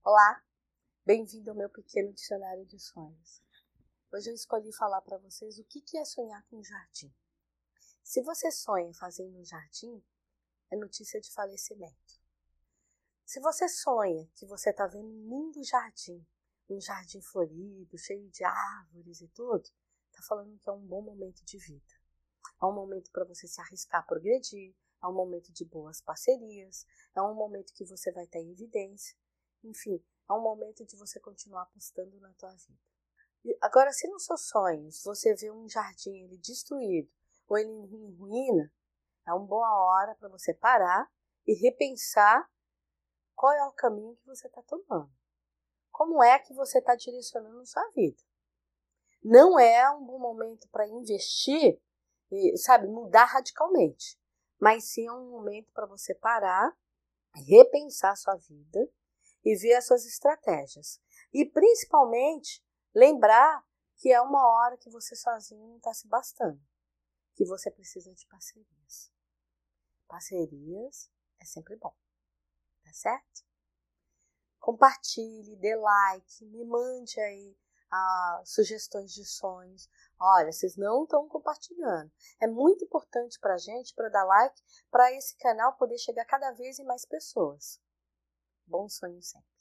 Olá, bem-vindo ao meu pequeno dicionário de sonhos. Hoje eu escolhi falar para vocês o que é sonhar com um jardim. Se você sonha fazendo um jardim, é notícia de falecimento. Se você sonha que você está vendo um lindo jardim, um jardim florido, cheio de árvores e tudo, está falando que é um bom momento de vida. É um momento para você se arriscar a progredir, é um momento de boas parcerias, é um momento que você vai ter evidência, enfim, é um momento de você continuar apostando na tua vida. Agora, se nos seus sonhos você vê um jardim ele destruído ou ele em ruína, é uma boa hora para você parar e repensar qual é o caminho que você está tomando. Como é que você está direcionando sua vida? Não é um bom momento para investir, mudar radicalmente. Mas sim é um momento para você parar, repensar sua vida e ver as suas estratégias. E principalmente lembrar que é uma hora que você sozinho não está se bastando. Que você precisa de parcerias. Parcerias é sempre bom. Tá certo? Compartilhe, dê like, me mande aí sugestões de sonhos. Olha, vocês não estão compartilhando. É muito importante para a gente, para dar like, para esse canal poder chegar cada vez em mais pessoas. Bom sonho sempre.